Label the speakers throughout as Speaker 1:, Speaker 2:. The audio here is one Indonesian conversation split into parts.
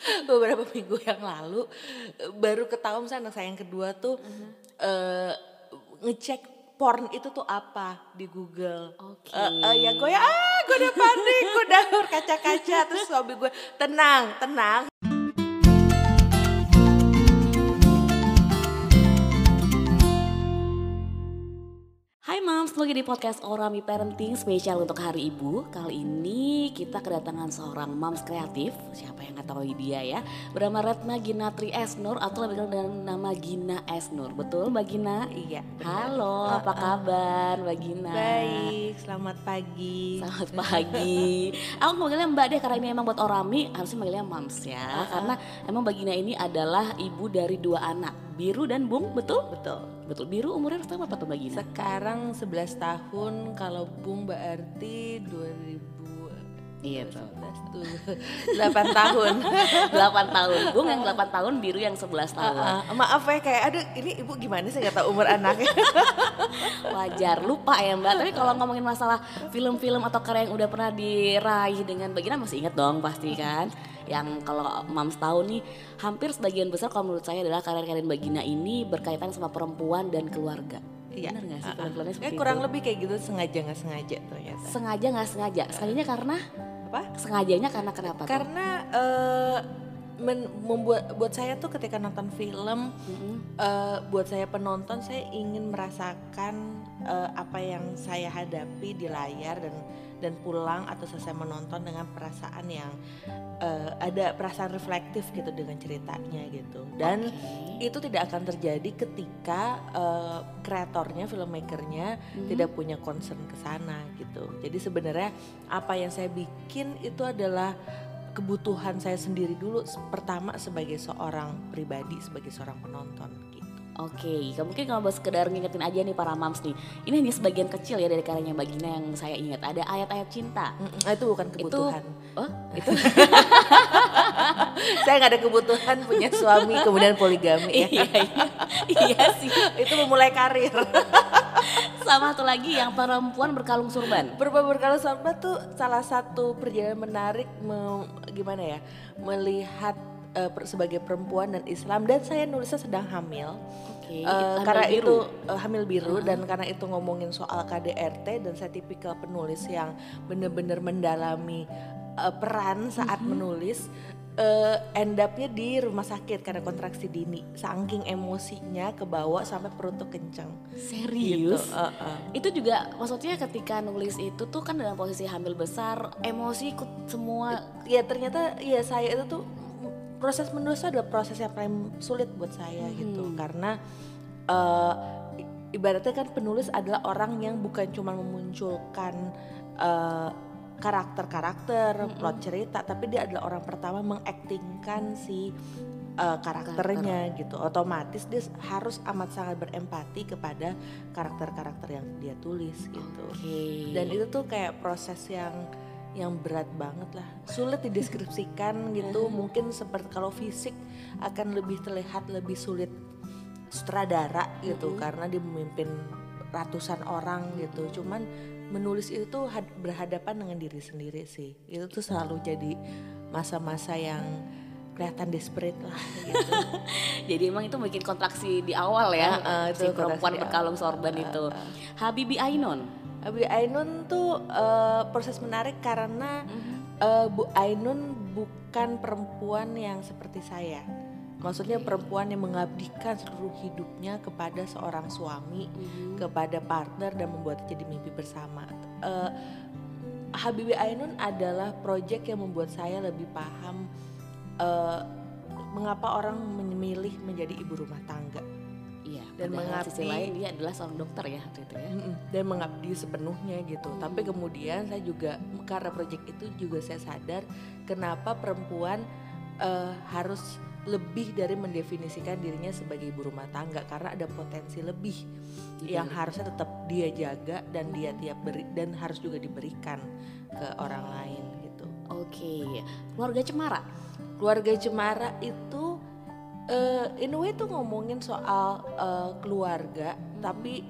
Speaker 1: beberapa minggu yang lalu baru ketahuan misalnya anak saya yang kedua tuh ngecek porn itu tuh apa di Google.
Speaker 2: Oke.
Speaker 1: Ya gue udah panik, gue udah berkaca-kaca terus suami gue tenang.
Speaker 2: Hai Mams, lagi di podcast Orami Parenting spesial untuk Hari Ibu. Kali ini kita kedatangan seorang Mams kreatif, siapa yang nggak tahu dia ya, bernama Retna Ginatri Esnur atau lebih dikenal dengan nama Gina Esnur. Betul Mbak Gina?
Speaker 1: Iya.
Speaker 2: Halo, apa kabar Mbak Gina?
Speaker 1: Baik, selamat pagi.
Speaker 2: Selamat pagi. Aku manggilnya Mbak deh karena ini emang buat Orami harusnya manggilnya Mams ya. Karena emang Mbak Gina ini adalah ibu dari 2 anak, Biru dan Bung, betul? Betul. Biru umurnya berapa tuh Mbak Gina?
Speaker 1: Sekarang 11 tahun, kalau Bung berarti 2000.
Speaker 2: Iya tuh.
Speaker 1: 8 tahun.
Speaker 2: 8 tahun. Bung yang 8 tahun, Biru yang 11 tahun.
Speaker 1: Maaf ya, kayak aduh ini ibu gimana sih gak tahu umur anaknya.
Speaker 2: Wajar, lupa ya Mbak. Tapi kalau ngomongin masalah film-film atau karya yang udah pernah diraih dengan Mbak Gina masih ingat dong pasti kan. Yang kalau Mams tahu nih, hampir sebagian besar kalau menurut saya adalah karya-karya Mbak Gina ini berkaitan sama perempuan dan keluarga.
Speaker 1: Iya.
Speaker 2: Benar gak sih film-filmnya seperti
Speaker 1: Kurang
Speaker 2: itu?
Speaker 1: lebih kayak gitu, sengaja nggak sengaja ternyata.
Speaker 2: Sengaja gak sengaja? Sengajanya karena?
Speaker 1: Apa?
Speaker 2: Sengajanya karena kenapa tuh?
Speaker 1: Karena buat saya tuh ketika nonton film, buat saya penonton, saya ingin merasakan apa yang saya hadapi di layar dan pulang atau selesai menonton dengan perasaan yang ada perasaan reflektif gitu dengan ceritanya gitu. Dan itu tidak akan terjadi ketika kreatornya, filmmakernya tidak punya concern ke sana gitu. Jadi sebenarnya apa yang saya bikin itu adalah kebutuhan saya sendiri dulu, pertama sebagai seorang pribadi, sebagai seorang penonton gitu.
Speaker 2: Oke, mungkin kalau buat sekedar ngingetin aja nih para Mams nih, ini hanya sebagian kecil ya dari karyanya Mbak Gina yang saya ingat. Ada ayat-ayat cinta.
Speaker 1: Itu bukan kebutuhan.
Speaker 2: Itu
Speaker 1: Saya nggak ada kebutuhan punya suami kemudian poligami ya.
Speaker 2: iya sih.
Speaker 1: Itu memulai karir.
Speaker 2: Sama satu lagi yang perempuan berkalung surban.
Speaker 1: Perempuan berkalung surban tuh salah satu perjalanan menarik gimana ya, melihat sebagai perempuan dan Islam, dan saya nulisnya sedang hamil. Karena itu hamil biru dan karena itu ngomongin soal KDRT dan saya tipikal penulis yang benar-benar mendalami peran saat menulis. End up-nya di rumah sakit karena kontraksi dini, saking emosinya kebawa sampai perut tuh kenceng.
Speaker 2: Serius?
Speaker 1: Gitu.
Speaker 2: Itu juga maksudnya ketika nulis itu tuh kan dalam posisi hamil besar, emosi ikut semua.
Speaker 1: Ya ternyata ya saya itu tuh proses menulis adalah proses yang paling sulit buat saya gitu, karena ibaratnya kan penulis adalah orang yang bukan cuma memunculkan karakter-karakter, plot cerita, tapi dia adalah orang pertama mengaktingkan si karakternya gitu. Otomatis dia harus amat sangat berempati kepada karakter-karakter yang dia tulis gitu. Dan itu tuh kayak proses yang berat banget lah, sulit dideskripsikan gitu. Mungkin seperti kalau fisik akan lebih terlihat lebih sulit sutradara gitu, karena dia memimpin ratusan orang gitu. Cuman menulis itu tuh berhadapan dengan diri sendiri sih. Itu tuh selalu jadi masa-masa yang kelihatan desperate lah gitu.
Speaker 2: Jadi emang itu bikin kontraksi di awal ya, si perempuan berkalung sorban itu. Habibie Ainun.
Speaker 1: Habibie Ainun tuh proses menarik karena Bu Ainun bukan perempuan yang seperti saya. Maksudnya perempuan yang mengabdikan seluruh hidupnya kepada seorang suami, kepada partner dan membuat jadi mimpi bersama. Habibie Ainun adalah proyek yang membuat saya lebih paham mengapa orang memilih menjadi ibu rumah tangga.
Speaker 2: Iya,
Speaker 1: dan
Speaker 2: mengabdi sisi lain dia adalah seorang dokter ya waktu itu ya.
Speaker 1: Dan mengabdi sepenuhnya gitu. Tapi kemudian saya juga karena proyek itu juga saya sadar kenapa perempuan harus lebih dari mendefinisikan dirinya sebagai ibu rumah tangga, karena ada potensi lebih yang harusnya tetap dia jaga dan dia dan harus juga diberikan ke orang lain gitu.
Speaker 2: Keluarga Cemara.
Speaker 1: Keluarga Cemara itu in a way tuh ngomongin soal keluarga, tapi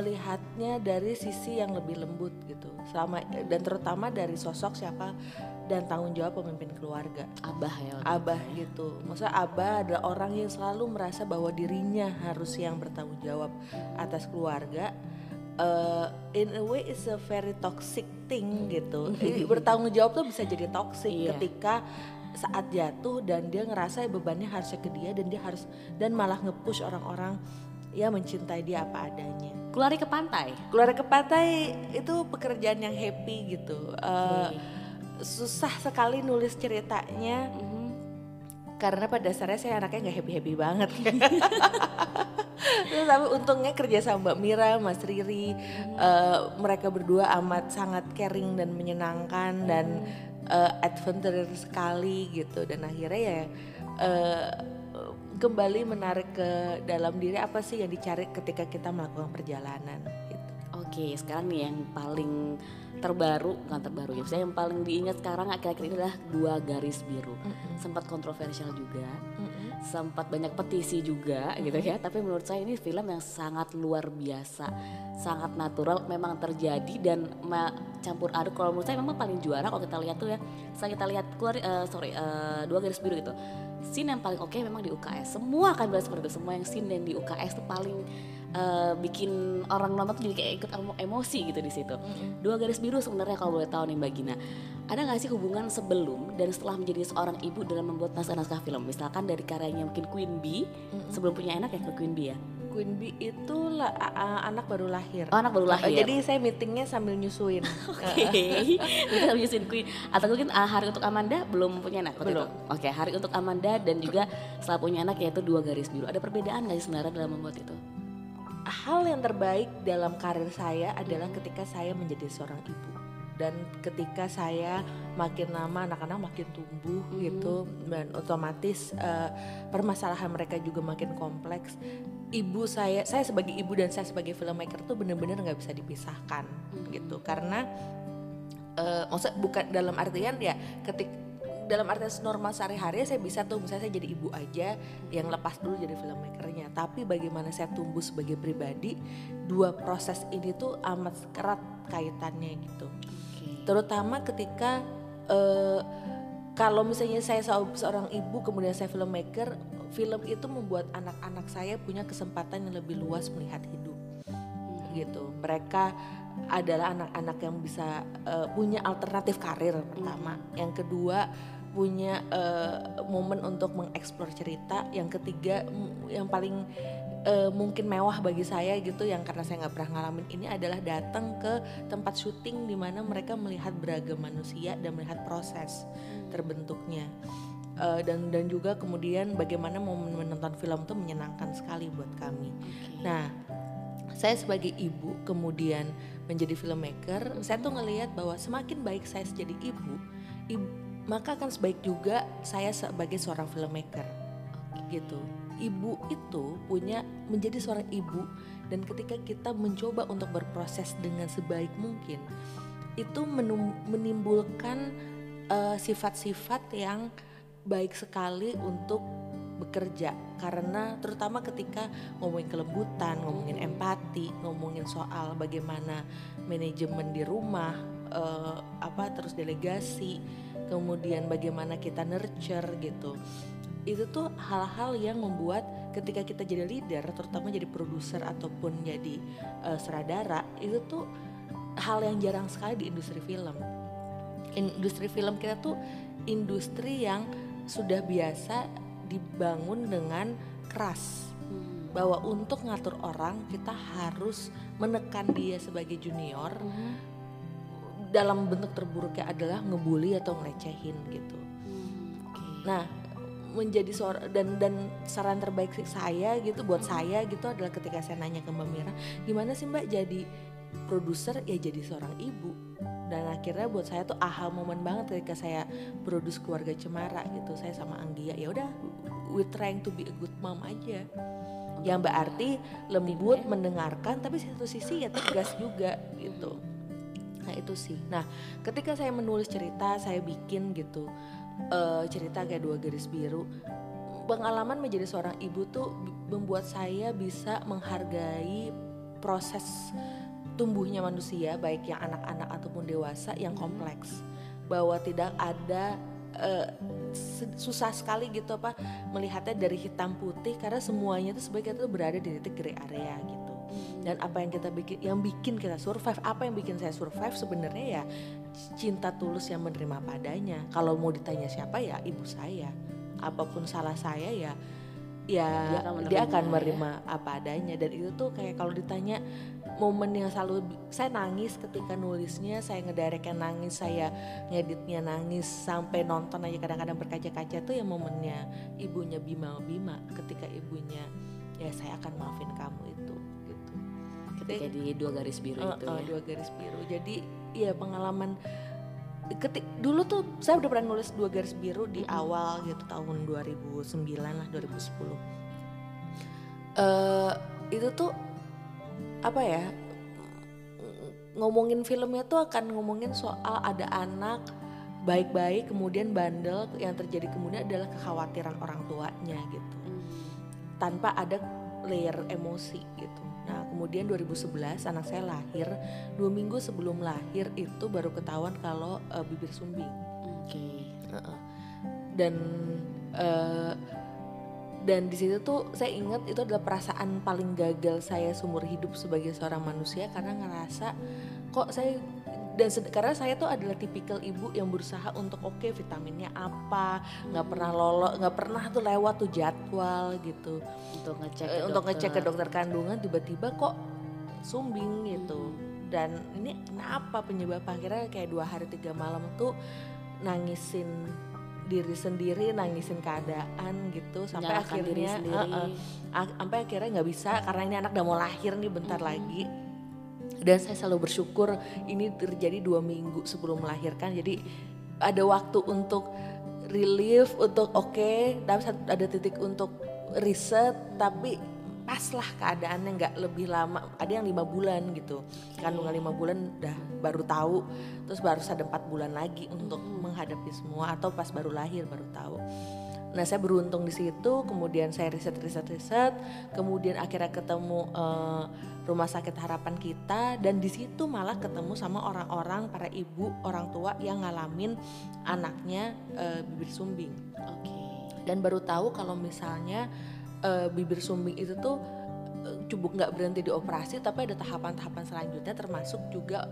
Speaker 1: melihatnya dari sisi yang lebih lembut gitu, dan terutama dari sosok siapa dan tanggung jawab pemimpin keluarga.
Speaker 2: Abah ya.
Speaker 1: Abah gitu. Maksudnya abah adalah orang yang selalu merasa bahwa dirinya harus yang bertanggung jawab atas keluarga. In a way it's a very toxic thing gitu. Bertanggung jawab tuh bisa jadi toxic ketika saat jatuh dan dia ngerasa bebannya harusnya ke dia dan dia harus dan malah nge-push orang-orang ya mencintai dia apa adanya.
Speaker 2: Keluar ke pantai.
Speaker 1: Keluar ke pantai itu pekerjaan yang happy gitu. Susah sekali nulis ceritanya karena pada dasarnya saya anaknya nggak happy banget. Terus tapi untungnya kerja sama Mbak Mira, Mas Riri, mereka berdua amat sangat caring dan menyenangkan dan adventure sekali gitu, dan akhirnya ya kembali menarik ke dalam diri apa sih yang dicari ketika kita melakukan perjalanan gitu.
Speaker 2: Oke, sekarang nih yang paling terbaru, bukan terbaru ya, saya yang paling diingat sekarang akhir-akhir ini adalah Dua Garis Biru. Sempat kontroversial juga, sempat banyak petisi juga gitu ya, tapi menurut saya ini film yang sangat luar biasa, sangat natural, memang terjadi dan campur aduk. Kalau menurut saya memang paling juara kalau kita lihat tuh ya, setelah kita lihat Dua Garis Biru gitu, scene yang paling oke memang di UKS. Semua akan bilang seperti itu, semua yang scene yang di UKS tuh paling bikin orang nonton tuh jadi kayak ikut emosi gitu di situ. Dua Garis Biru sebenarnya kalau boleh tahu nih Mbak Gina, ada nggak sih hubungan sebelum dan setelah menjadi seorang ibu dalam membuat naskah-naskah film? Misalkan dari karyanya mungkin Queen Bee, sebelum punya anak ya ke Queen Bee ya.
Speaker 1: Queen Bee itu anak baru lahir.
Speaker 2: Oh, anak baru lahir.
Speaker 1: Jadi saya meetingnya sambil nyusuin.
Speaker 2: Oke. Kita nyusuin Queen. Atau mungkin Hari Untuk Amanda belum punya anak waktu
Speaker 1: Belum.
Speaker 2: itu. Oke, Hari Untuk Amanda dan juga setelah punya anak yaitu Dua Garis Biru. Ada perbedaan nggak sih sebenarnya dalam membuat itu?
Speaker 1: Hal yang terbaik dalam karir saya adalah ketika saya menjadi seorang ibu. Dan ketika saya makin lama anak-anak makin tumbuh gitu, dan otomatis permasalahan mereka juga makin kompleks. Ibu saya sebagai ibu dan saya sebagai filmmaker tuh benar-benar nggak bisa dipisahkan gitu, karena maksudnya bukan dalam artian ya dalam artian normal sehari-hari saya bisa tuh misalnya saya jadi ibu aja yang lepas dulu jadi filmmakernya, tapi bagaimana saya tumbuh sebagai pribadi, dua proses ini tuh amat erat kaitannya gitu. Terutama ketika kalau misalnya saya seorang ibu kemudian saya filmmaker, film itu membuat anak-anak saya punya kesempatan yang lebih luas melihat hidup gitu. Mereka adalah anak-anak yang bisa punya alternatif karir pertama, yang kedua punya momen untuk mengeksplor cerita, yang ketiga yang paling mungkin mewah bagi saya gitu, yang karena saya nggak pernah ngalamin ini adalah datang ke tempat syuting di mana mereka melihat beragam manusia dan melihat proses terbentuknya. Dan juga kemudian bagaimana momen menonton film itu menyenangkan sekali buat kami. Nah, saya sebagai ibu kemudian menjadi filmmaker, saya tuh ngelihat bahwa semakin baik saya jadi ibu, maka akan sebaik juga saya sebagai seorang filmmaker gitu. Ibu itu menjadi seorang ibu, dan ketika kita mencoba untuk berproses dengan sebaik mungkin, itu menimbulkan sifat-sifat yang baik sekali untuk bekerja, karena terutama ketika ngomongin kelembutan, ngomongin empati, ngomongin soal bagaimana manajemen di rumah, terus delegasi, kemudian bagaimana kita nurture gitu. Itu tuh hal-hal yang membuat ketika kita jadi leader, terutama jadi produser ataupun jadi sutradara, itu tuh hal yang jarang sekali di industri film. Industri film kita tuh industri yang sudah biasa dibangun dengan keras, bahwa untuk ngatur orang kita harus menekan dia sebagai junior, dalam bentuk terburuknya adalah ngebully atau ngelecehin gitu. Nah, menjadi dan saran terbaik saya gitu buat saya gitu adalah ketika saya nanya ke Mbak Mira, gimana sih Mbak jadi produser? Ya jadi seorang ibu. Dan akhirnya buat saya tuh aha momen banget ketika saya produce Keluarga Cemara gitu. Saya sama Anggia, ya udah we trying to be a good mom aja. Yang berarti lembut, mendengarkan, tapi satu sisi ya tegas juga gitu. Nah itu sih. Nah ketika saya menulis cerita, saya bikin gitu cerita kayak Dua Garis Biru, pengalaman menjadi seorang ibu tuh membuat saya bisa menghargai proses tumbuhnya manusia, baik yang anak-anak ataupun dewasa, yang kompleks. bahwa tidak ada susah sekali gitu apa melihatnya dari hitam putih, karena semuanya itu sebagai itu berada di titik gray area gitu. Dan apa yang bikin kita survive, apa yang bikin saya survive sebenarnya ya cinta tulus yang menerima padanya. Kalau mau ditanya siapa, ya ibu saya. Apapun salah saya ya dia akan menerima apa adanya. Dan itu tuh kayak kalau ditanya momen yang selalu saya nangis ketika nulisnya, saya ngedirectnya nangis, saya ngeditnya nangis, sampai nonton aja kadang-kadang berkaca-kaca tuh ya momennya ibunya Bima ketika ibunya ya saya akan maafin kamu itu gitu.
Speaker 2: Ketika di Dua Garis Biru itu ya.
Speaker 1: Dua Garis Biru. Jadi ya pengalaman dulu tuh saya udah pernah nulis Dua Garis Biru di awal gitu tahun 2009 lah, 2010. Itu tuh apa ya, ngomongin filmnya tuh akan ngomongin soal ada anak baik-baik kemudian bandel, yang terjadi kemudian adalah kekhawatiran orang tuanya gitu, tanpa ada layer emosi gitu. Nah kemudian 2011 anak saya lahir, 2 minggu sebelum lahir itu baru ketahuan kalau bibir sumbing. Dan di situ tuh saya ingat itu adalah perasaan paling gagal saya seumur hidup sebagai seorang manusia, karena ngerasa kok saya karena saya tuh adalah tipikal ibu yang berusaha untuk oke, vitaminnya apa, nggak pernah tuh lewat tuh jadwal gitu untuk ngecek ke dokter kandungan, tiba-tiba kok sumbing gitu. Dan ini kenapa penyebab, akhirnya kayak 2 hari 3 malam tuh nangisin diri sendiri, nangisin keadaan gitu, sampai akhirnya nggak bisa karena ini anak udah mau lahir nih bentar lagi. Dan saya selalu bersyukur ini terjadi 2 minggu sebelum melahirkan, jadi ada waktu untuk relief, untuk tapi ada titik untuk riset, tapi pas lah keadaannya, nggak lebih lama. Ada yang 5 bulan gitu, kandungan 5 bulan udah baru tahu, terus baru ada 4 bulan lagi untuk menghadapi semua, atau pas baru lahir baru tahu. Nah saya beruntung di situ, kemudian saya riset, kemudian akhirnya ketemu Rumah Sakit Harapan Kita, dan di situ malah ketemu sama orang-orang, para ibu, orang tua yang ngalamin anaknya bibir sumbing. Dan baru tahu kalau misalnya bibir sumbing itu tuh cubuk nggak berhenti di operasi, tapi ada tahapan-tahapan selanjutnya, termasuk juga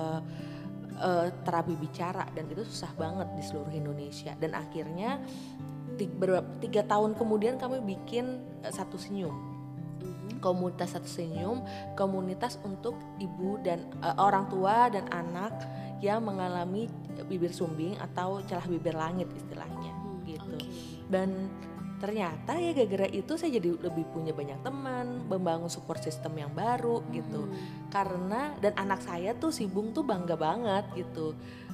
Speaker 1: terapi bicara, dan itu susah banget di seluruh Indonesia. Dan akhirnya 3 tahun kemudian kami bikin Satu Senyum, komunitas Satu Senyum, komunitas untuk ibu dan orang tua dan anak yang mengalami bibir sumbing atau celah bibir langit istilahnya gitu. Dan ternyata ya gara-gara itu saya jadi lebih punya banyak teman, membangun support system yang baru gitu. Karena dan anak saya tuh si Bung tuh bangga banget gitu.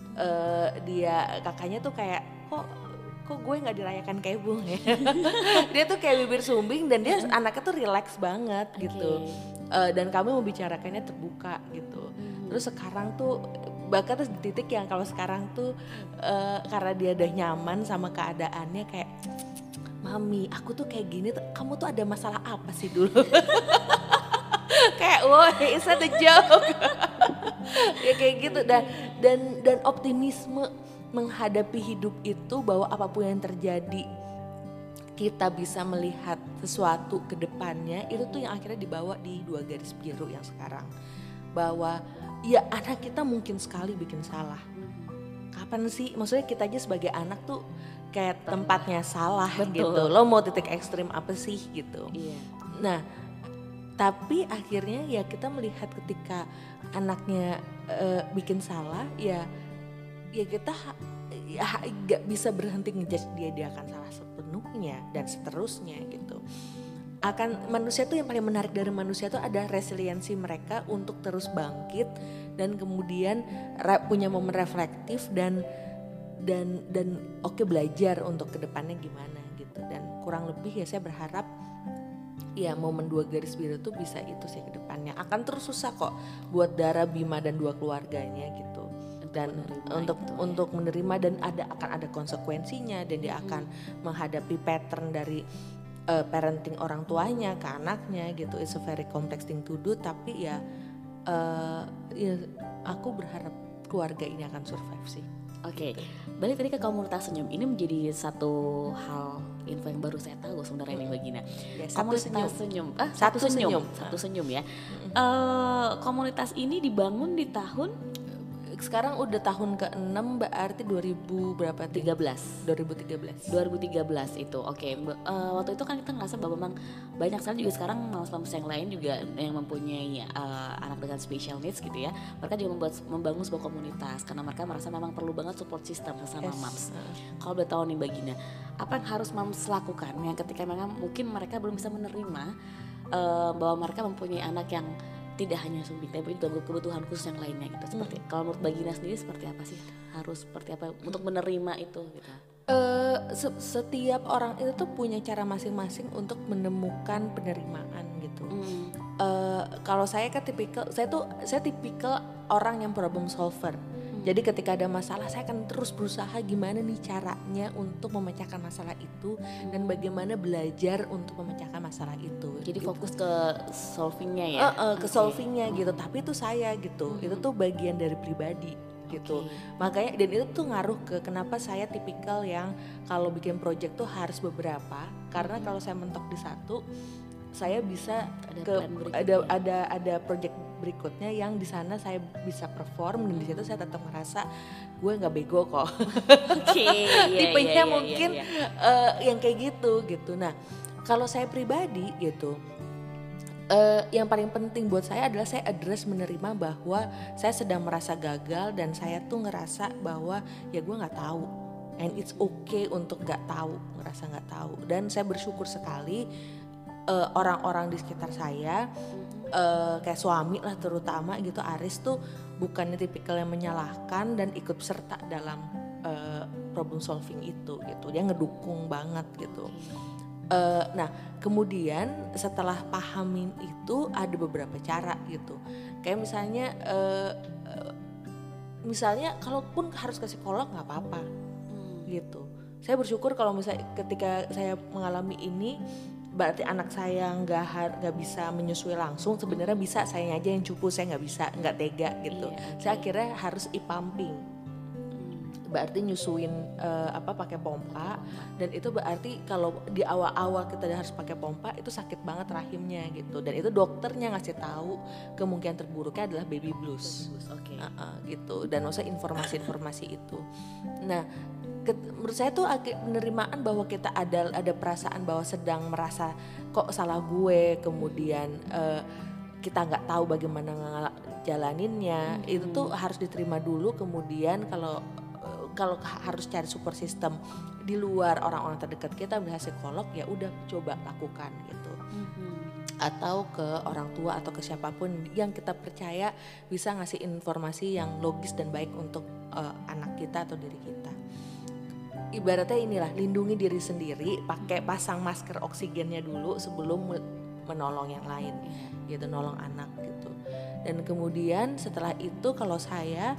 Speaker 1: Dia kakaknya tuh kayak kok gue nggak dirayakan kayak Bung ya. Dia tuh kayak bibir sumbing dan dia anaknya tuh relax banget gitu. Dan kami membicarakannya terbuka gitu. Terus sekarang tuh bahkan terus di titik yang kalau sekarang tuh karena dia udah nyaman sama keadaannya, kayak Mami, aku tuh kayak gini, kamu tuh ada masalah apa sih dulu? Kayak, wah, is that a joke? Ya kayak gitu. Dan optimisme menghadapi hidup itu, bahwa apapun yang terjadi kita bisa melihat sesuatu ke depannya, itu tuh yang akhirnya dibawa di Dua Garis Biru yang sekarang. Bahwa ya anak kita mungkin sekali bikin salah. Kapan sih, maksudnya kita aja sebagai anak tuh kayak tempatnya salah. Betul. Gitu. Lo mau titik ekstrim apa sih gitu.
Speaker 2: Iya.
Speaker 1: Nah, tapi akhirnya ya kita melihat ketika anaknya bikin salah, ya kita gak bisa berhenti ngejudge dia akan salah sepenuhnya dan seterusnya gitu. Manusia tuh yang paling menarik dari manusia tuh ada resiliensi mereka untuk terus bangkit dan kemudian punya momen reflektif dan belajar untuk kedepannya gimana gitu. Dan kurang lebih ya saya berharap ya momen Dua Garis Biru tuh bisa itu sih kedepannya. Akan terus susah kok buat Dara, Bima dan 2 keluarganya gitu. Dan untuk menerima dan akan ada konsekuensinya, dan dia akan menghadapi pattern dari parenting orang tuanya ke anaknya gitu. It's a very complex thing to do, tapi ya aku berharap keluarga ini akan survive sih.
Speaker 2: Oke, balik tadi ke komunitas senyum. Ini menjadi satu hal info yang baru saya tahu sebenarnya nih Bagina.
Speaker 1: Ya,
Speaker 2: Komunitas senyum. Satu senyum ya. Komunitas ini dibangun di tahun
Speaker 1: sekarang udah tahun ke-6, berarti 2000 berapa?
Speaker 2: 13.
Speaker 1: 2013
Speaker 2: itu. Oke. Waktu itu kan kita ngerasa bahwa memang banyak sekali juga sekarang mams-mams yang lain juga yang mempunyai anak dengan special needs gitu ya. Mereka juga membangun sebuah komunitas karena mereka merasa memang perlu banget support system bersama mams. Kalau udah tahu nih Bagina, apa yang harus mams lakukan yang ketika memang mungkin mereka belum bisa menerima bahwa mereka mempunyai anak yang tidak hanya sumbing tapi juga kebutuhan khusus yang lainnya gitu. Seperti kalau menurut Bagina sendiri seperti apa sih? Harus seperti apa untuk menerima itu gitu?
Speaker 1: Setiap orang itu tuh punya cara masing-masing untuk menemukan penerimaan gitu. Kalau saya kan saya tipikal orang yang problem solver. Jadi ketika ada masalah saya akan terus berusaha gimana nih caranya untuk memecahkan masalah itu dan bagaimana belajar untuk memecahkan masalah itu.
Speaker 2: Jadi gitu. Fokus ke solvingnya ya?
Speaker 1: Ke solvingnya gitu. Tapi itu saya gitu. Itu tuh bagian dari pribadi gitu. Makanya dan itu tuh ngaruh ke kenapa saya tipikal yang kalau bikin project tuh harus beberapa. Karena kalau saya mentok di satu, saya bisa ada project berikutnya yang di sana saya bisa perform dan di situ saya tetap merasa gue nggak bego kok. Tipenya mungkin yang kayak gitu. Nah kalau saya pribadi gitu, yang paling penting buat saya adalah saya address menerima bahwa saya sedang merasa gagal dan saya tuh ngerasa bahwa ya gue nggak tahu. And it's okay untuk nggak tahu, ngerasa nggak tahu. Dan saya bersyukur sekali orang-orang di sekitar saya, kayak suami lah terutama gitu, Aris tuh bukannya tipikal yang menyalahkan dan ikut serta dalam problem solving itu gitu. Dia ngedukung banget gitu. Nah kemudian setelah pahamin itu ada beberapa cara gitu. Kayak misalnya kalaupun harus ke psikolog nggak apa-apa gitu. Saya bersyukur kalau misalnya ketika saya mengalami ini berarti anak saya nggak bisa menyusui langsung, sebenarnya bisa sayanya aja yang cupu, saya nggak tega gitu. Saya akhirnya harus pumping, berarti nyusuin pakai pompa, dan itu berarti kalau di awal-awal kita harus pakai pompa itu sakit banget rahimnya gitu, dan itu dokternya ngasih tahu kemungkinan terburuknya adalah baby blues. Gitu, dan maksudnya informasi itu. Nah menurut saya tuh penerimaan bahwa kita ada perasaan bahwa sedang merasa kok salah gue, kemudian kita nggak tahu bagaimana jalaninnya, itu tuh harus diterima dulu. Kemudian kalau harus cari support system di luar orang-orang terdekat kita, bisa psikolog, ya udah coba lakukan gitu. Atau ke orang tua atau ke siapapun yang kita percaya bisa ngasih informasi yang logis dan baik untuk anak kita atau diri kita. Ibaratnya inilah, lindungi diri sendiri, pasang masker oksigennya dulu sebelum menolong yang lain gitu, nolong anak gitu. Dan kemudian setelah itu kalau saya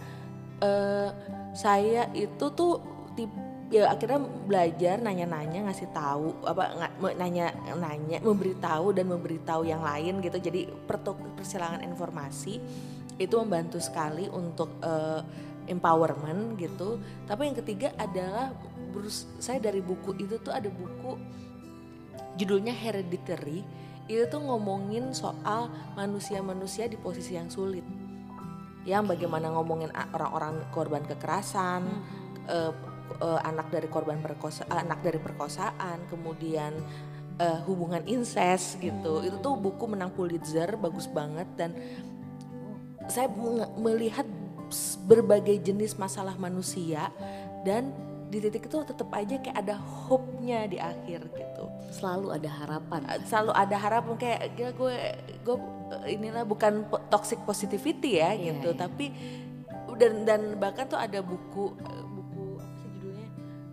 Speaker 1: itu tuh ya akhirnya belajar nanya-nanya, ngasih tahu nanya memberitahu yang lain gitu. Jadi persilangan informasi itu membantu sekali untuk empowerment gitu. Tapi yang ketiga adalah saya dari buku itu tuh ada buku judulnya Hereditary, itu tuh ngomongin soal manusia-manusia di posisi yang sulit, yang bagaimana ngomongin orang-orang korban kekerasan, anak dari perkosaan, kemudian hubungan incest gitu. Itu tuh buku menang Pulitzer, bagus banget, dan saya melihat berbagai jenis masalah manusia, dan di titik itu tetap aja kayak ada hope-nya di akhir gitu.
Speaker 2: Selalu ada harapan.
Speaker 1: Kayak gue inilah bukan toxic positivity ya gitu, tapi dan bahkan tuh ada buku apa sih judulnya?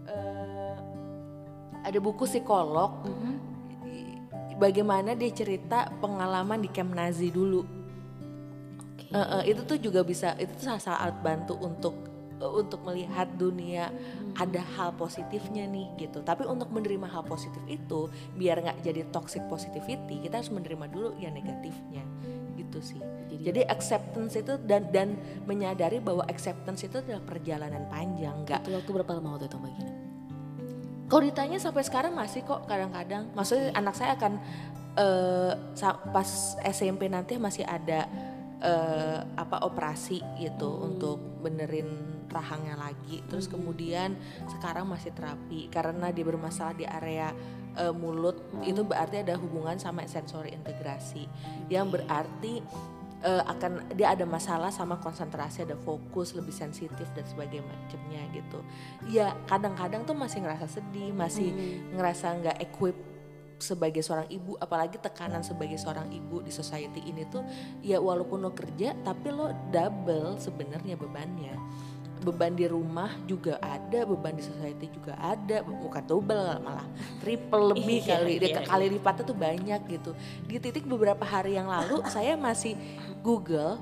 Speaker 1: Ada buku psikolog. Bagaimana dia cerita pengalaman di camp Nazi dulu. Itu tuh juga bisa, itu tuh salah alat bantu untuk untuk melihat dunia ada hal positifnya nih gitu. Tapi untuk menerima hal positif itu biar nggak jadi toxic positivity, kita harus menerima dulu yang negatifnya gitu sih. Jadi acceptance itu dan menyadari bahwa acceptance itu adalah perjalanan panjang. Nggak.
Speaker 2: Itu waktu berapa lama waktu itu Mbak Gina?
Speaker 1: Kalau ditanya sampai sekarang masih kok kadang-kadang. Maksudnya anak saya akan pas SMP nanti masih ada operasi gitu untuk benerin rahangnya lagi. Terus kemudian sekarang masih terapi karena dia bermasalah di area mulut. Itu berarti ada hubungan sama sensori integrasi yang berarti dia ada masalah sama konsentrasi, ada fokus, lebih sensitif dan sebagainya macamnya gitu. Ya kadang-kadang tuh masih ngerasa sedih, masih ngerasa nggak equip sebagai seorang ibu, apalagi tekanan sebagai seorang ibu di society ini tuh ya walaupun lo kerja tapi lo double sebenarnya bebannya. Beban di rumah juga ada, beban di society juga ada, bukan double malah triple lebih kali lipatnya tuh banyak gitu. Di titik beberapa hari yang lalu saya masih Google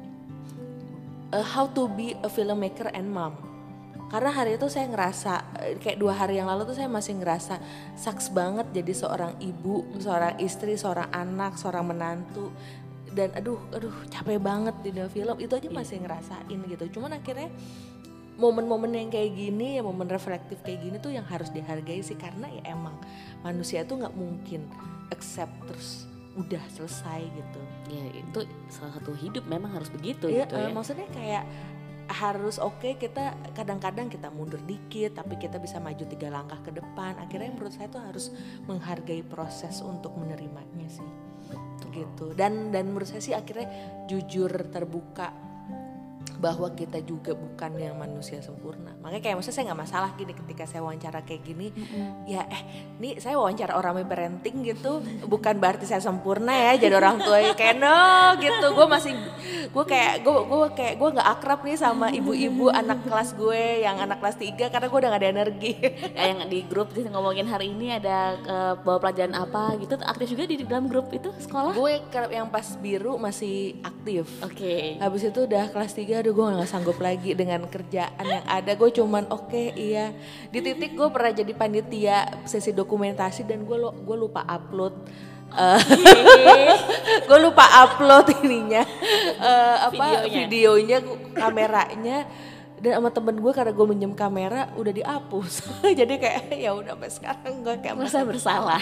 Speaker 1: how to be a filmmaker and mom. Karena hari itu saya ngerasa kayak 2 hari yang lalu tuh saya masih ngerasa sucks banget jadi seorang ibu, seorang istri, seorang anak, seorang menantu. Dan aduh capek banget di dalam film itu aja masih ngerasain gitu. Cuman akhirnya momen-momen yang kayak gini ya, momen reflektif kayak gini tuh yang harus dihargai sih, karena ya emang manusia tuh nggak mungkin accept terus udah selesai gitu.
Speaker 2: Ya itu salah satu hidup memang harus begitu
Speaker 1: ya,
Speaker 2: gitu ya.
Speaker 1: Maksudnya kayak harus kita kadang-kadang kita mundur dikit tapi kita bisa maju 3 langkah ke depan. Akhirnya menurut saya tuh harus menghargai proses untuk menerimanya sih. Gitu. Dan menurut saya sih akhirnya jujur terbuka bahwa kita juga bukan yang manusia sempurna. Makanya kayak maksudnya saya nggak masalah gini ketika saya wawancara kayak gini. Ya nih saya wawancara orang parenting gitu, bukan berarti saya sempurna ya jadi orang tua kayak no gitu. Gue nggak akrab nih sama ibu-ibu anak kelas gue yang anak kelas 3 karena gue udah nggak ada energi.
Speaker 2: Yang di grup ngomongin hari ini ada bawa pelajaran apa gitu, aktif juga di dalam grup itu sekolah?
Speaker 1: Gue yang pas biru masih aktif.
Speaker 2: Oke.
Speaker 1: Habis itu udah kelas 3 gue gak sanggup lagi dengan kerjaan yang ada. Gue cuman iya. Di titik gue pernah jadi panitia sesi dokumentasi dan gue lupa upload. Gue lupa upload ininya videonya, kameranya. Dan sama temen gue karena gue minjem kamera udah dihapus. Jadi kayak ya udah sampai sekarang gue kayak
Speaker 2: merasa bersalah.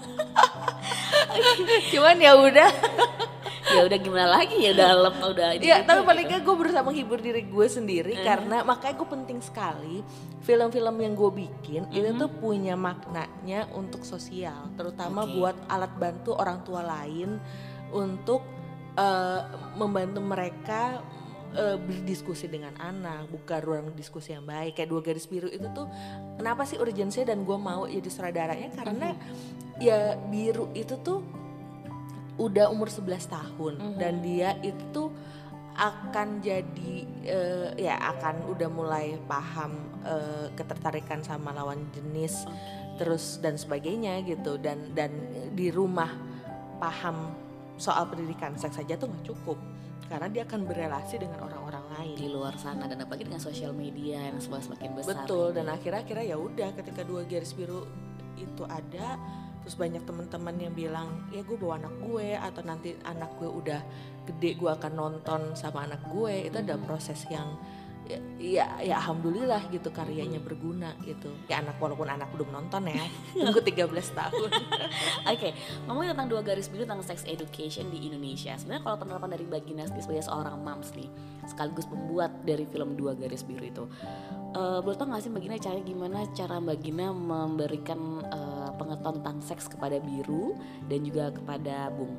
Speaker 1: Cuman ya udah
Speaker 2: gimana lagi ya udah
Speaker 1: ya tapi paling gak gue berusaha menghibur diri gue sendiri karena makanya gue penting sekali film-film yang gue bikin itu tuh punya maknanya untuk sosial, terutama buat alat bantu orang tua lain untuk membantu mereka berdiskusi dengan anak, buka ruang diskusi yang baik. Kayak 2 Garis Biru itu tuh kenapa sih urgensinya dan gue mau jadi sutradaranya karena ya Biru itu tuh udah umur 11 tahun dan dia itu akan jadi akan udah mulai paham ketertarikan sama lawan jenis terus dan sebagainya gitu, dan di rumah paham soal pendidikan seks saja tuh nggak cukup karena dia akan berelasi dengan orang-orang lain
Speaker 2: di luar sana dan apalagi dengan sosial media yang semakin besar.
Speaker 1: Betul, dan akhirnya ya udah ketika 2 Garis Biru itu ada, terus banyak teman-teman yang bilang ya gue bawa anak gue atau nanti anak gue udah gede gue akan nonton sama anak gue. Itu ada proses yang ya alhamdulillah gitu, karyanya berguna gitu. Ya walaupun anak belum nonton ya, tunggu 13 tahun.
Speaker 2: Oke, ngomongin tentang 2 Garis Biru tentang sex education di Indonesia. Sebenarnya kalau penerapan dari Mbak Gina sebagai seorang moms nih, sekaligus pembuat dari film 2 Garis Biru itu, boleh tau gak sih Mbak Gina gimana cara Mbak Gina memberikan pengetahuan tentang seks kepada Biru dan juga kepada Bung?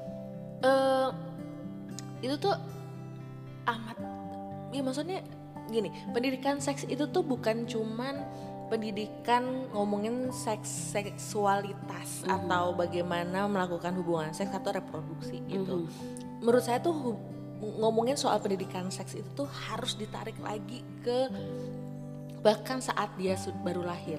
Speaker 1: Itu tuh amat, ya maksudnya gini, pendidikan seks itu tuh bukan cuman pendidikan ngomongin seksualitas atau bagaimana melakukan hubungan seks atau reproduksi gitu. Menurut saya tuh ngomongin soal pendidikan seks itu tuh harus ditarik lagi ke bahkan saat dia baru lahir.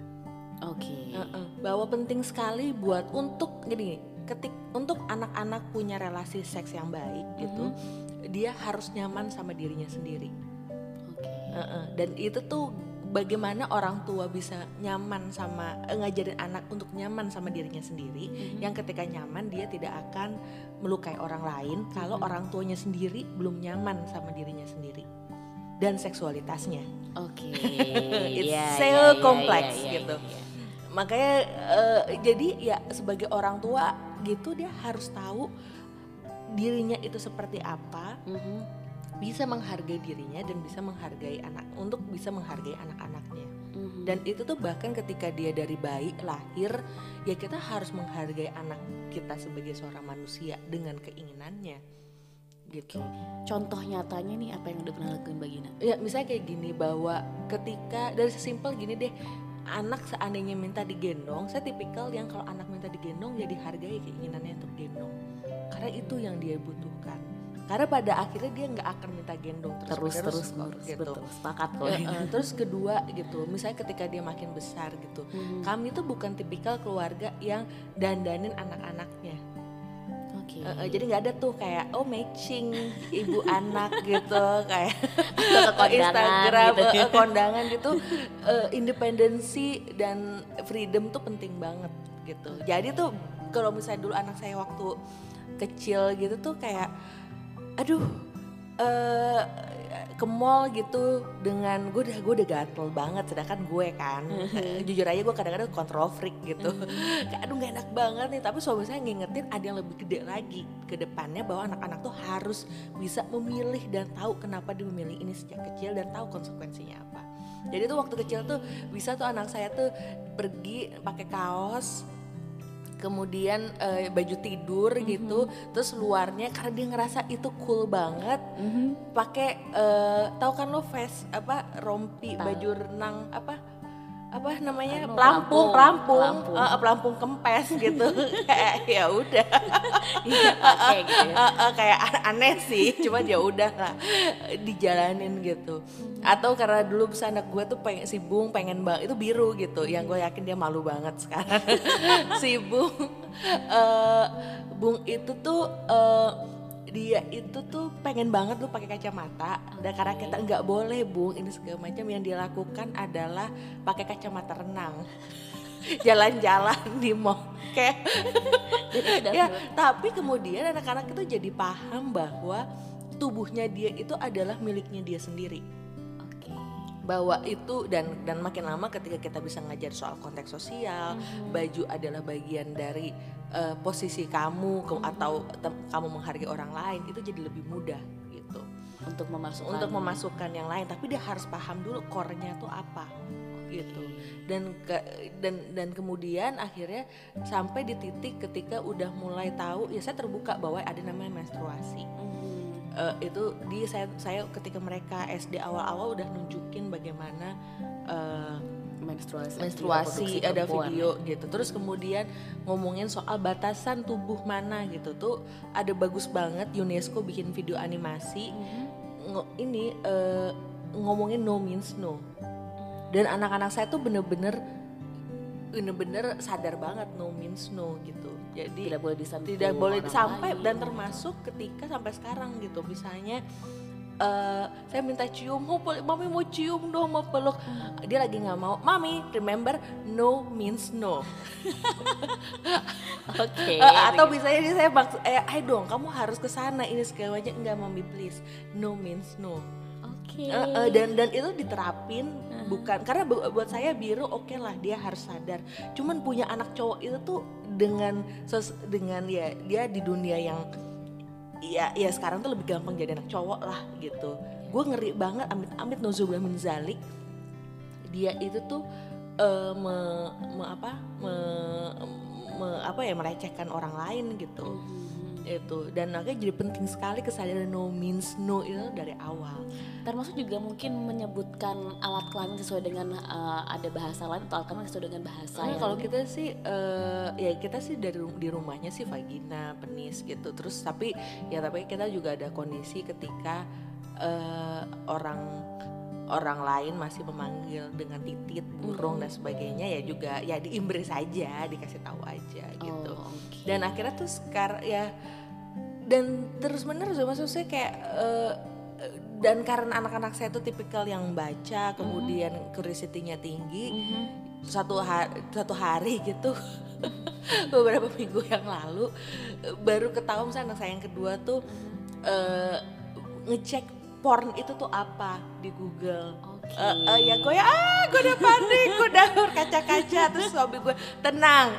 Speaker 1: Bahwa penting sekali buat untuk untuk anak-anak punya relasi seks yang baik gitu, dia harus nyaman sama dirinya sendiri. Dan itu tuh bagaimana orang tua bisa nyaman sama ngajarin anak untuk nyaman sama dirinya sendiri, yang ketika nyaman dia tidak akan melukai orang lain kalau orang tuanya sendiri belum nyaman sama dirinya sendiri dan seksualitasnya.
Speaker 2: Oke.
Speaker 1: It's
Speaker 2: Iya,
Speaker 1: so
Speaker 2: iya,
Speaker 1: complex
Speaker 2: iya, iya,
Speaker 1: gitu.
Speaker 2: iya.
Speaker 1: Makanya jadi ya sebagai orang tua gitu dia harus tahu dirinya itu seperti apa, bisa menghargai dirinya dan bisa menghargai bisa menghargai anak-anaknya. Dan itu tuh bahkan ketika dia dari bayi lahir, ya kita harus menghargai anak kita sebagai seorang manusia dengan keinginannya gitu.
Speaker 2: Contoh nyatanya nih apa yang udah pernah lakuin Mbak Gina?
Speaker 1: Ya misalnya kayak gini, bahwa ketika dari sesimpel gini deh, anak seandainya minta digendong, saya tipikal yang kalau anak minta digendong ya dihargai keinginannya untuk gendong, karena itu yang dia butuhkan. Karena pada akhirnya dia nggak akan minta gendong terus gitu.
Speaker 2: Betul, sepakat kok.
Speaker 1: Terus kedua gitu, misalnya ketika dia makin besar gitu, kami tuh bukan tipikal keluarga yang dandanin anak-anaknya.
Speaker 2: Oke.
Speaker 1: Jadi nggak ada tuh kayak matching ibu anak gitu kayak
Speaker 2: kondangan
Speaker 1: Instagram
Speaker 2: gitu.
Speaker 1: Kondangan gitu. Independensi dan freedom tuh penting banget gitu. Jadi tuh kalau misalnya dulu anak saya waktu kecil gitu tuh kayak aduh ke mall gitu dengan gue udah gatel banget, sedangkan gue kan jujur aja gue kadang-kadang control freak gitu. Kayak aduh gak enak banget nih, tapi suami saya ngingetin ada yang lebih gede lagi ke depannya, bahwa anak-anak tuh harus bisa memilih dan tahu kenapa dia memilih ini sejak kecil dan tahu konsekuensinya apa. Jadi tuh waktu kecil tuh bisa tuh anak saya tuh pergi pakai kaos, kemudian baju tidur gitu, terus luarnya karena dia ngerasa itu cool banget, pakai tahu kan lo vest apa rompi, baju renang apa namanya, pelampung kempes gitu. Kayak ya udah kayak aneh sih, cuma ya udah lah dijalanin gitu. Atau karena dulu bisa anak gue tuh si Bung pengen banget itu biru gitu, yang gue yakin dia malu banget sekarang. Si Bung itu tuh dia itu tuh pengen banget lu pakai kacamata, dan karena kita nggak boleh Bung ini segala macam, yang dia lakukan adalah pakai kacamata renang. Jalan-jalan di mall kayak ya, tapi kemudian anak-anak itu jadi paham bahwa tubuhnya dia itu adalah miliknya dia sendiri. Bahwa itu dan makin lama ketika kita bisa ngajar soal konteks sosial, baju adalah bagian dari posisi kamu atau kamu menghargai orang lain, itu jadi lebih mudah gitu untuk memasukkan yang lain, tapi dia harus paham dulu core-nya tuh apa gitu. Dan kemudian akhirnya sampai di titik ketika udah mulai tahu, ya saya terbuka bahwa ada namanya menstruasi. Itu saya ketika mereka SD awal-awal udah nunjukin bagaimana menstruasi ada video gitu. Terus kemudian ngomongin soal batasan tubuh mana gitu, tuh ada bagus banget UNESCO bikin video animasi ngomongin no means no. Dan anak-anak saya tuh bener-bener sadar banget no means no gitu. Jadi tidak boleh sampai dan termasuk ketika sampai sekarang gitu, misalnya saya minta cium, mami mau cium dong, mau peluk, dia lagi nggak mau, mami remember no means no.
Speaker 2: Oke.
Speaker 1: Atau misalnya saya ayo dong kamu harus kesana ini segala macam, enggak mami please, no means no. Dan itu diterapin, bukan karena buat saya biru oke lah dia harus sadar. Cuman punya anak cowok itu tuh dengan ya dia di dunia yang ya sekarang tuh lebih gampang jadi anak cowok lah gitu. Gue ngeri banget, amit nauzubillah min zalik, dia itu tuh melecehkan orang lain gitu. Itu dan makanya jadi penting sekali kesadaran no means no itu dari awal.
Speaker 2: Termasuk juga mungkin menyebutkan alat kelamin sesuai dengan ada bahasa lain atau alat kelamin sesuai dengan bahasa.
Speaker 1: Kalau kita sih kita sih di rumahnya sih vagina, penis gitu. Terus tapi kita juga ada kondisi ketika orang lain masih memanggil dengan titit, burung dan sebagainya, ya juga ya diimbris saja, dikasih tahu aja gitu. Dan akhirnya tuh sekarang ya dan terus menerus maksud saya kayak dan karena anak-anak saya itu tipikal yang baca, kemudian curiosity-nya tinggi. Satu hari gitu beberapa minggu yang lalu baru ketahuan misalnya anak saya yang kedua tuh ngecek porn itu tuh apa di Google. Ya gue udah panik, gue udah berkaca-kaca, terus suami gue tenang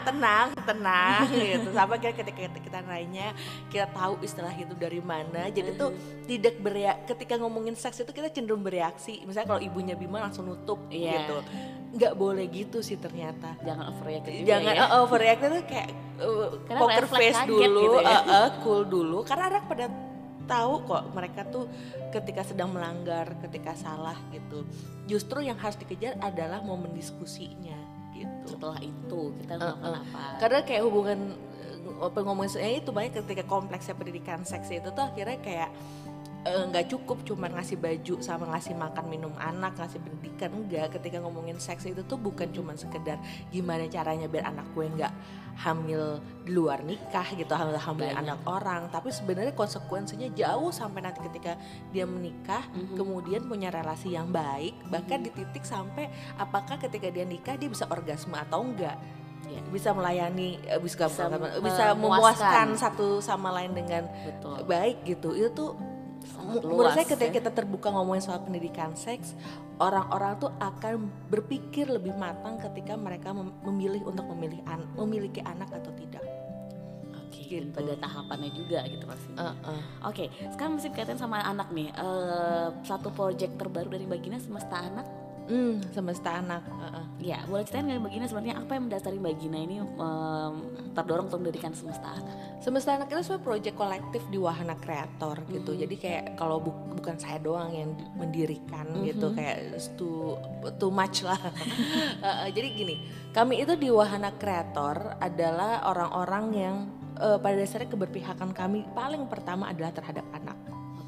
Speaker 1: gitu. Sampai ketika kita nanya, kita tahu istilah itu dari mana. Jadi tuh tidak ketika ngomongin seks itu kita cenderung bereaksi. Misalnya kalau ibunya Bima langsung nutup gitu. Nggak boleh gitu sih ternyata.
Speaker 2: Jangan overreact juga.
Speaker 1: Jangan overreact itu kayak poker face dulu, gitu ya? Cool dulu. Karena anak pada tahu kok mereka tuh ketika sedang melanggar, ketika salah gitu. Justru yang harus dikejar adalah momen diskusinya gitu.
Speaker 2: Setelah itu kita melakukan apa?
Speaker 1: Karena kayak hubungan ngomongin itu banyak ketika kompleksnya pendidikan seks itu tuh akhirnya kayak nggak cukup cuma ngasih baju sama ngasih makan minum anak, ngasih pendidikan. Enggak, ketika ngomongin seks itu tuh bukan cuma sekedar gimana caranya biar anak gue nggak hamil di luar nikah gitu, hamil anak orang, tapi sebenarnya konsekuensinya jauh sampai nanti ketika dia menikah, kemudian punya relasi yang baik, bahkan di titik sampai apakah ketika dia nikah dia bisa orgasme atau enggak. Bisa melayani, bisa memuaskan satu sama lain dengan baik gitu. Itu tuh menurut saya ketika kita terbuka ngomongin soal pendidikan seks, orang-orang tuh akan berpikir lebih matang ketika mereka memilih untuk memiliki anak atau tidak.
Speaker 2: Oke, gitu. Pada tahapannya juga gitu pasti. Oke, sekarang mesti kaitan sama anak nih. Satu proyek terbaru dari Mbak Semesta Anak.
Speaker 1: Semesta Anak.
Speaker 2: Ya, boleh ceritain nggak Mbak Gina sebenarnya apa yang mendasari Mbak Gina ini terdorong untuk mendirikan Semesta Anak? Semesta
Speaker 1: Anak itu sebuah proyek kolektif di Wahana Kreator gitu. Jadi kayak kalau bukan saya doang yang mendirikan gitu, kayak too much lah. Jadi gini, kami itu di Wahana Kreator adalah orang-orang yang pada dasarnya keberpihakan kami paling pertama adalah terhadap anak.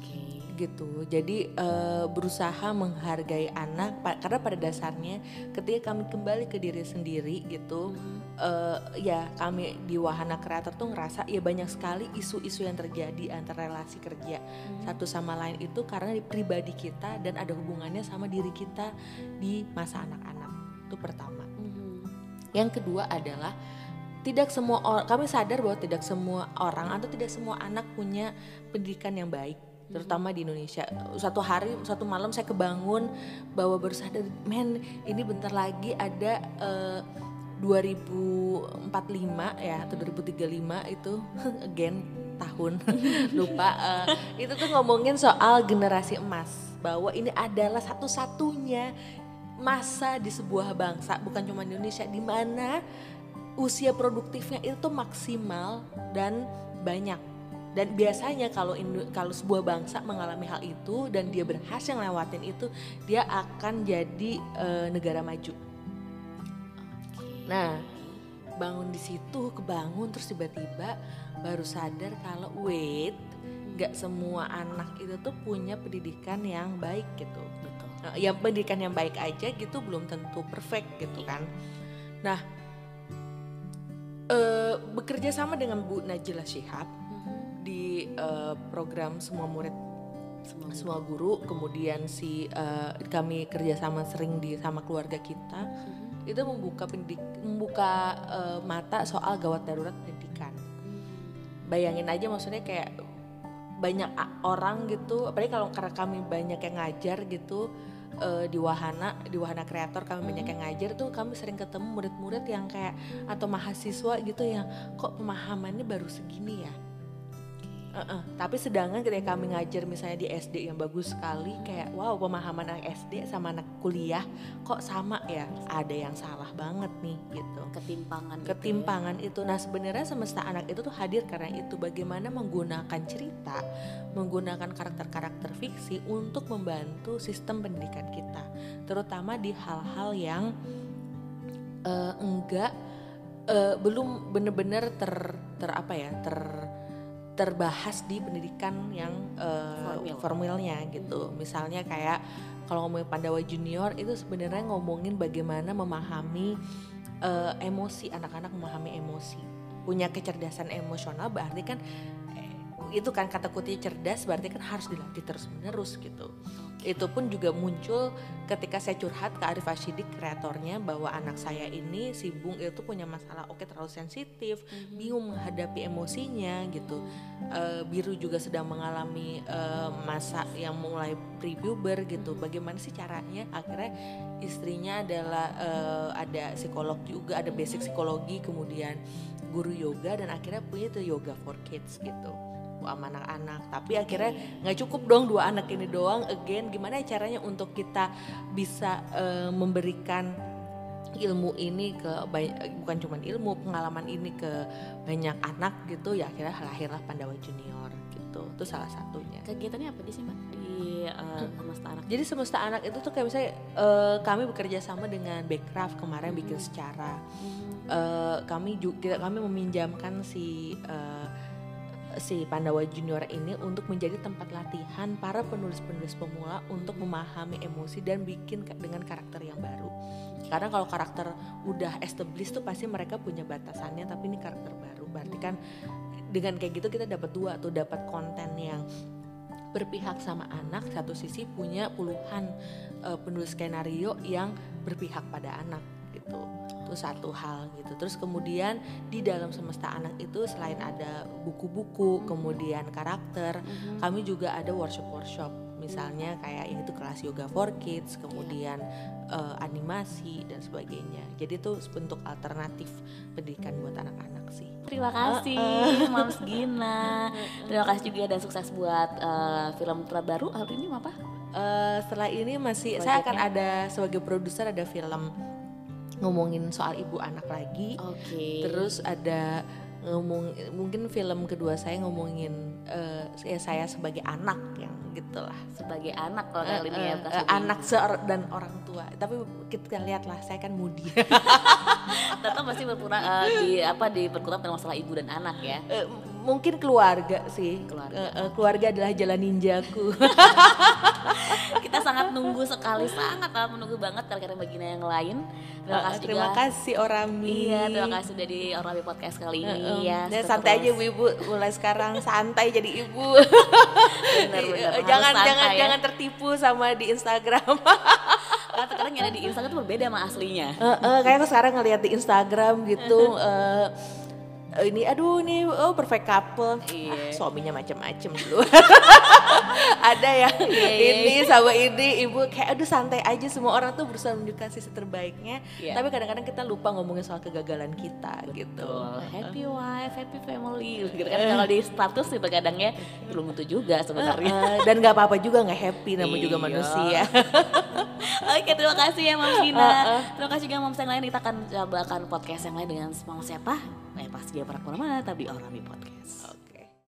Speaker 1: Gitu. Jadi berusaha menghargai anak karena pada dasarnya ketika kami kembali ke diri sendiri gitu, ya kami di Wahana Kreator tuh ngerasa ya banyak sekali isu-isu yang terjadi antara relasi kerja satu sama lain itu karena di pribadi kita dan ada hubungannya sama diri kita di masa anak-anak. Itu pertama. Yang kedua adalah kami sadar bahwa tidak semua orang atau tidak semua anak punya pendidikan yang baik, terutama di Indonesia. Satu malam saya kebangun bahwa baru sadar, ini bentar lagi ada 2045 ya atau 2035 itu again tahun lupa, itu tuh ngomongin soal generasi emas, bahwa ini adalah satu-satunya masa di sebuah bangsa, bukan cuma di Indonesia, di mana usia produktifnya itu maksimal dan banyak. Dan biasanya kalau sebuah bangsa mengalami hal itu dan dia berhasil ngelewatin itu, dia akan jadi negara maju. Nah, bangun di situ, kebangun terus tiba-tiba baru sadar kalau gak semua anak itu tuh punya pendidikan yang baik gitu. Betul. Yang pendidikan yang baik aja gitu belum tentu perfect gitu kan. Nah, bekerja sama dengan Bu Najila Shihab di program semua murid semua guru, kemudian kami kerjasama sering sama keluarga kita, itu membuka mata soal gawat darurat pendidikan. Bayangin aja, maksudnya kayak banyak orang gitu, apalagi karena kami banyak yang ngajar gitu di Wahana Kreator, kami banyak yang ngajar tuh, kami sering ketemu murid-murid yang kayak atau mahasiswa gitu yang kok pemahamannya baru segini ya. Tapi sedangkan ketika kami ngajar misalnya di SD yang bagus sekali, kayak wow, pemahaman anak SD sama anak kuliah kok sama ya, ada yang salah banget nih gitu. Ketimpangan itu. Nah, sebenarnya Semesta Anak itu tuh hadir karena itu, bagaimana menggunakan cerita, menggunakan karakter-karakter fiksi untuk membantu sistem pendidikan kita, terutama di hal-hal yang belum benar-benar terbahas di pendidikan yang formalnya gitu. Misalnya kayak kalau ngomongin Pandawa Junior itu sebenarnya ngomongin bagaimana memahami emosi, anak-anak memahami emosi, punya kecerdasan emosional, berarti kan itu kan kata kuncinya cerdas, berarti kan harus dilatih terus menerus gitu. Itu pun juga muncul ketika saya curhat ke Arif Ashidik, kreatornya, bahwa anak saya ini si Bung itu punya masalah terlalu sensitif, bingung menghadapi emosinya gitu. Biru juga sedang mengalami masa yang mulai pre-puber gitu. Bagaimana sih caranya? Akhirnya istrinya adalah ada psikolog juga, ada basic psikologi, kemudian guru yoga, dan akhirnya punya tuh yoga for kids gitu sama anak-anak. Tapi akhirnya nggak cukup dong 2 anak ini doang. Again, gimana caranya untuk kita bisa memberikan ilmu ini ke bukan cuma ilmu, pengalaman ini ke banyak anak gitu ya. Akhirnya lahirlah Pandawa Junior gitu. Itu salah satunya.
Speaker 2: Kegiatannya apa sih Mbak di Semesta Anak?
Speaker 1: Jadi Semesta Anak itu tuh kayak misalnya kami bekerja sama dengan Backcraft kemarin bikin secara kami meminjamkan si Pandawa Junior ini untuk menjadi tempat latihan para penulis-penulis pemula untuk memahami emosi dan bikin dengan karakter yang baru. Karena kalau karakter udah established tuh pasti mereka punya batasannya, tapi ini karakter baru. Berarti kan dengan kayak gitu kita dapat 2 tuh, dapat konten yang berpihak sama anak, satu sisi punya puluhan penulis skenario yang berpihak pada anak gitu. Itu satu hal gitu. Terus kemudian di dalam Semesta Anak itu selain ada buku-buku, kemudian karakter, kami juga ada workshop. Misalnya kayak yang itu kelas yoga for kids, kemudian animasi dan sebagainya. Jadi itu bentuk alternatif pendidikan buat anak-anak sih.
Speaker 2: Terima kasih Mams Gina. Terima kasih juga dan sukses buat film terbaru hari ini apa?
Speaker 1: Setelah ini masih
Speaker 2: Project-nya?
Speaker 1: saya akan ada sebagai produser, ada film ngomongin soal ibu anak lagi. Terus ada mungkin film kedua saya ngomongin saya sebagai anak yang gitulah.
Speaker 2: Sebagai anak kalau kali ini ya,
Speaker 1: anak dan orang tua. Tapi kita lihatlah, saya kan mudi.
Speaker 2: tetap masih berkutat dengan masalah ibu dan anak ya.
Speaker 1: Mungkin keluarga sih. Keluarga adalah jalan ninjaku.
Speaker 2: Kita sangat sangat menunggu banget karya-karya Mbak Gina yang lain.
Speaker 1: Terima kasih Orami.
Speaker 2: Iya, terima kasih sudah di Orami Podcast kali ini ya.
Speaker 1: Dan santai aja ibu, mulai sekarang santai jadi ibu.
Speaker 2: Benar.
Speaker 1: Jangan tertipu sama di Instagram.
Speaker 2: Karena terkadang yang ada di Instagram itu berbeda sama aslinya.
Speaker 1: Kayak aku sekarang ngeliat di Instagram gitu. Ini perfect couple. Suaminya macam-macam dulu. Ada yang ini sama ini, ibu kayak santai aja, semua orang tuh berusaha menunjukkan sisi terbaiknya. Tapi kadang-kadang kita lupa ngomongin soal kegagalan kita gitu.
Speaker 2: Happy wife, happy family gitu kan. Kalau di status sih terkadangnya belum tentu juga sebenarnya.
Speaker 1: Dan gak apa-apa juga gak happy, namanya juga manusia.
Speaker 2: Oke, terima kasih ya Mams Gina. Terima kasih juga Mams yang lain. Kita akan coba podcast yang lain dengan Mams siapa? Pasti dia pernah kemana-mana, tapi Orami Podcast.